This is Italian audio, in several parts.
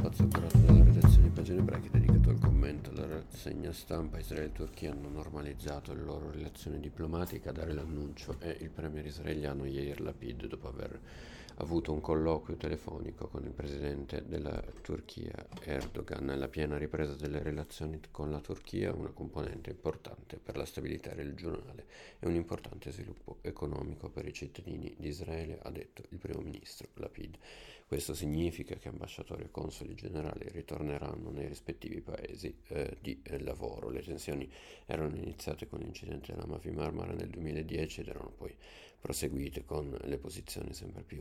spazio curato dalla redazione di Pagine Ebraiche dedicato al commento. La rassegna stampa: Israele e Turchia hanno normalizzato le loro relazioni diplomatiche. A dare l'annuncio è il premier israeliano Yair Lapid, dopo aver avuto un colloquio telefonico con il presidente della Turchia Erdogan. La piena ripresa delle relazioni con la Turchia, una componente importante per la stabilità regionale e un importante sviluppo economico per i cittadini di Israele, ha detto il primo ministro Lapid. Questo significa che ambasciatori e consoli generali ritorneranno nei rispettivi paesi di lavoro. Le tensioni erano iniziate con l'incidente della Mavi Marmara nel 2010 ed erano poi proseguite con le posizioni sempre più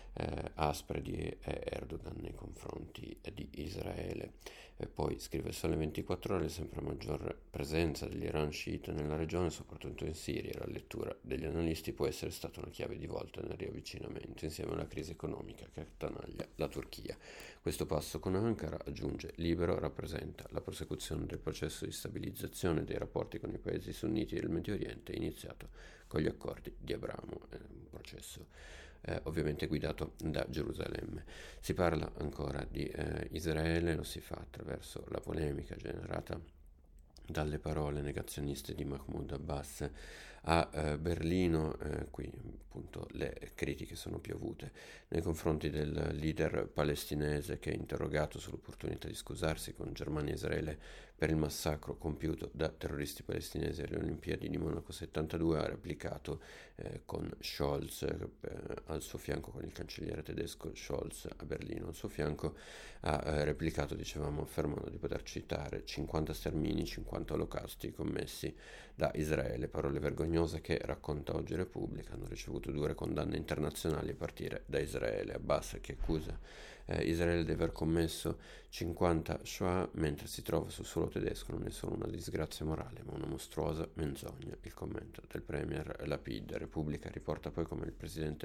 aspre di Erdogan nei confronti di Israele. Poi, scrive Sole 24 Ore, sempre maggior presenza dell'Iran sciita nella regione, soprattutto in Siria. La lettura degli analisti può essere stata una chiave di volta nel riavvicinamento, insieme alla crisi economica che attanaglia la Turchia. Questo passo con Ankara, aggiunge Libero, rappresenta la prosecuzione del processo di stabilizzazione dei rapporti con i paesi sunniti del Medio Oriente, iniziato con gli accordi di Abramo, un processo ovviamente guidato da Gerusalemme. Si parla ancora di Israele, lo si fa attraverso la polemica generata dalle parole negazioniste di Mahmoud Abbas a Berlino. Qui appunto le critiche sono piovute nei confronti del leader palestinese, che, interrogato sull'opportunità di scusarsi con Germania e Israele per il massacro compiuto da terroristi palestinesi alle Olimpiadi di Monaco 72, ha replicato con Scholz al suo fianco, con il cancelliere tedesco Scholz a Berlino al suo fianco, ha replicato, dicevamo, affermando di poter citare 50 stermini, 50 olocausti commessi da Israele, parole vergognose che, racconta oggi Repubblica, hanno ricevuto dure condanne internazionali a partire da Israele. Abbas, che accusa Israele di aver commesso 50 Shoah mentre si trova sul suolo tedesco, non è solo una disgrazia morale ma una mostruosa menzogna. Il commento del premier Lapid. Repubblica riporta poi come il presidente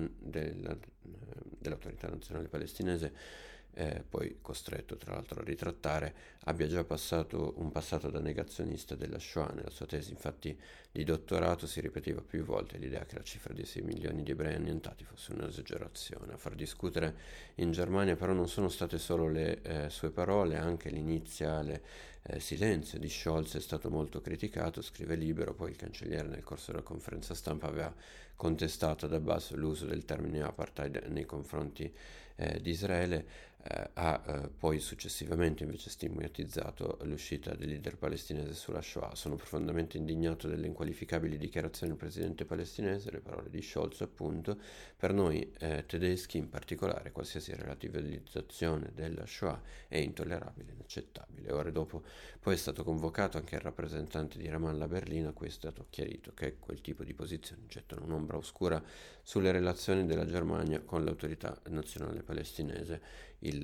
dell'autorità nazionale palestinese, poi costretto tra l'altro a ritrattare, abbia già passato un passato da negazionista della Shoah. Nella sua tesi, infatti, di dottorato si ripeteva più volte l'idea che la cifra di 6 milioni di ebrei annientati fosse un'esagerazione. A far discutere in Germania però non sono state solo le sue parole, anche l'iniziale silenzio di Scholz è stato molto criticato, scrive Libero. Poi il cancelliere, nel corso della conferenza stampa, aveva contestato ad Abbas l'uso del termine apartheid nei confronti di Israele. Ha poi successivamente invece stigmatizzato l'uscita del leader palestinese sulla Shoah. Sono profondamente indignato delle inqualificabili dichiarazioni del presidente palestinese, le parole di Scholz appunto. Per noi tedeschi in particolare qualsiasi relativizzazione della Shoah è intollerabile, inaccettabile. Ore dopo poi è stato convocato anche il rappresentante di Ramallah a Berlino, a cui è stato chiarito che quel tipo di posizioni gettano un'ombra oscura sulle relazioni della Germania con l'autorità nazionale palestinese.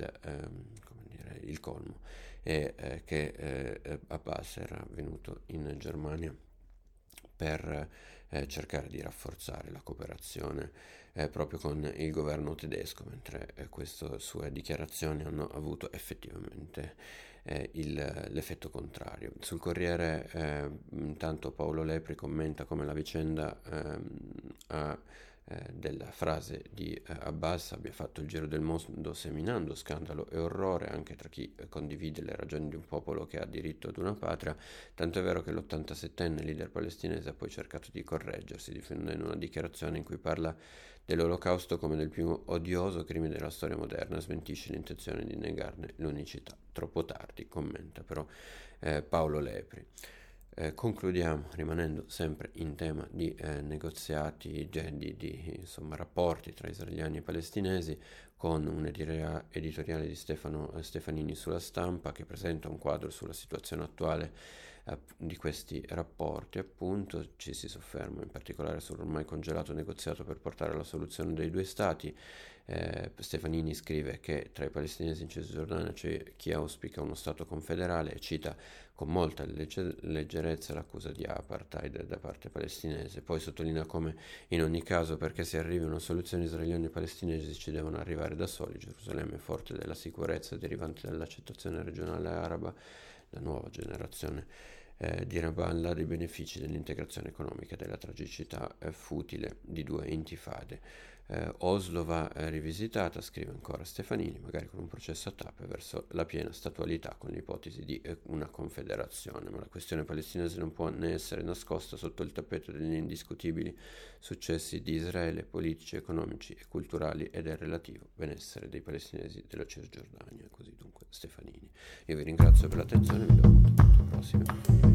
Il colmo è che Abbas era venuto in Germania per cercare di rafforzare la cooperazione proprio con il governo tedesco, mentre queste sue dichiarazioni hanno avuto effettivamente l'effetto contrario. Sul Corriere intanto Paolo Lepri commenta come la vicenda della frase di Abbas abbia fatto il giro del mondo, seminando scandalo e orrore anche tra chi condivide le ragioni di un popolo che ha diritto ad una patria, tanto è vero che l'87enne leader palestinese ha poi cercato di correggersi, difendendo una dichiarazione in cui parla dell'Olocausto come del più odioso crimine della storia moderna, smentisce l'intenzione di negarne l'unicità. Troppo tardi, commenta però Paolo Lepri. Concludiamo rimanendo sempre in tema di negoziati, insomma, rapporti tra israeliani e palestinesi, con un editoriale di Stefano Stefanini sulla Stampa, che presenta un quadro sulla situazione attuale di questi rapporti. Appunto ci si sofferma in particolare sull'ormai congelato negoziato per portare alla soluzione dei due stati. Stefanini scrive che tra i palestinesi in Cisgiordania c'è chi auspica uno stato confederale e cita con molta leggerezza l'accusa di apartheid da parte palestinese. Poi sottolinea come in ogni caso, perché si arrivi a una soluzione israeliani e palestinesi, ci devono arrivare da soli. Gerusalemme è forte della sicurezza derivante dall'accettazione regionale araba, la nuova generazione di Ramallah, dei benefici dell'integrazione economica e della tragicità futile di due intifade. Oslo va rivisitata, scrive ancora Stefanini, magari con un processo a tappe verso la piena statualità con l'ipotesi di una confederazione, ma la questione palestinese non può né essere nascosta sotto il tappeto degli indiscutibili successi di Israele, politici, economici e culturali e del relativo benessere dei palestinesi della Cisgiordania. Così dunque Stefanini. Io vi ringrazio per l'attenzione, vi do appuntamento al prossimo approfondimento.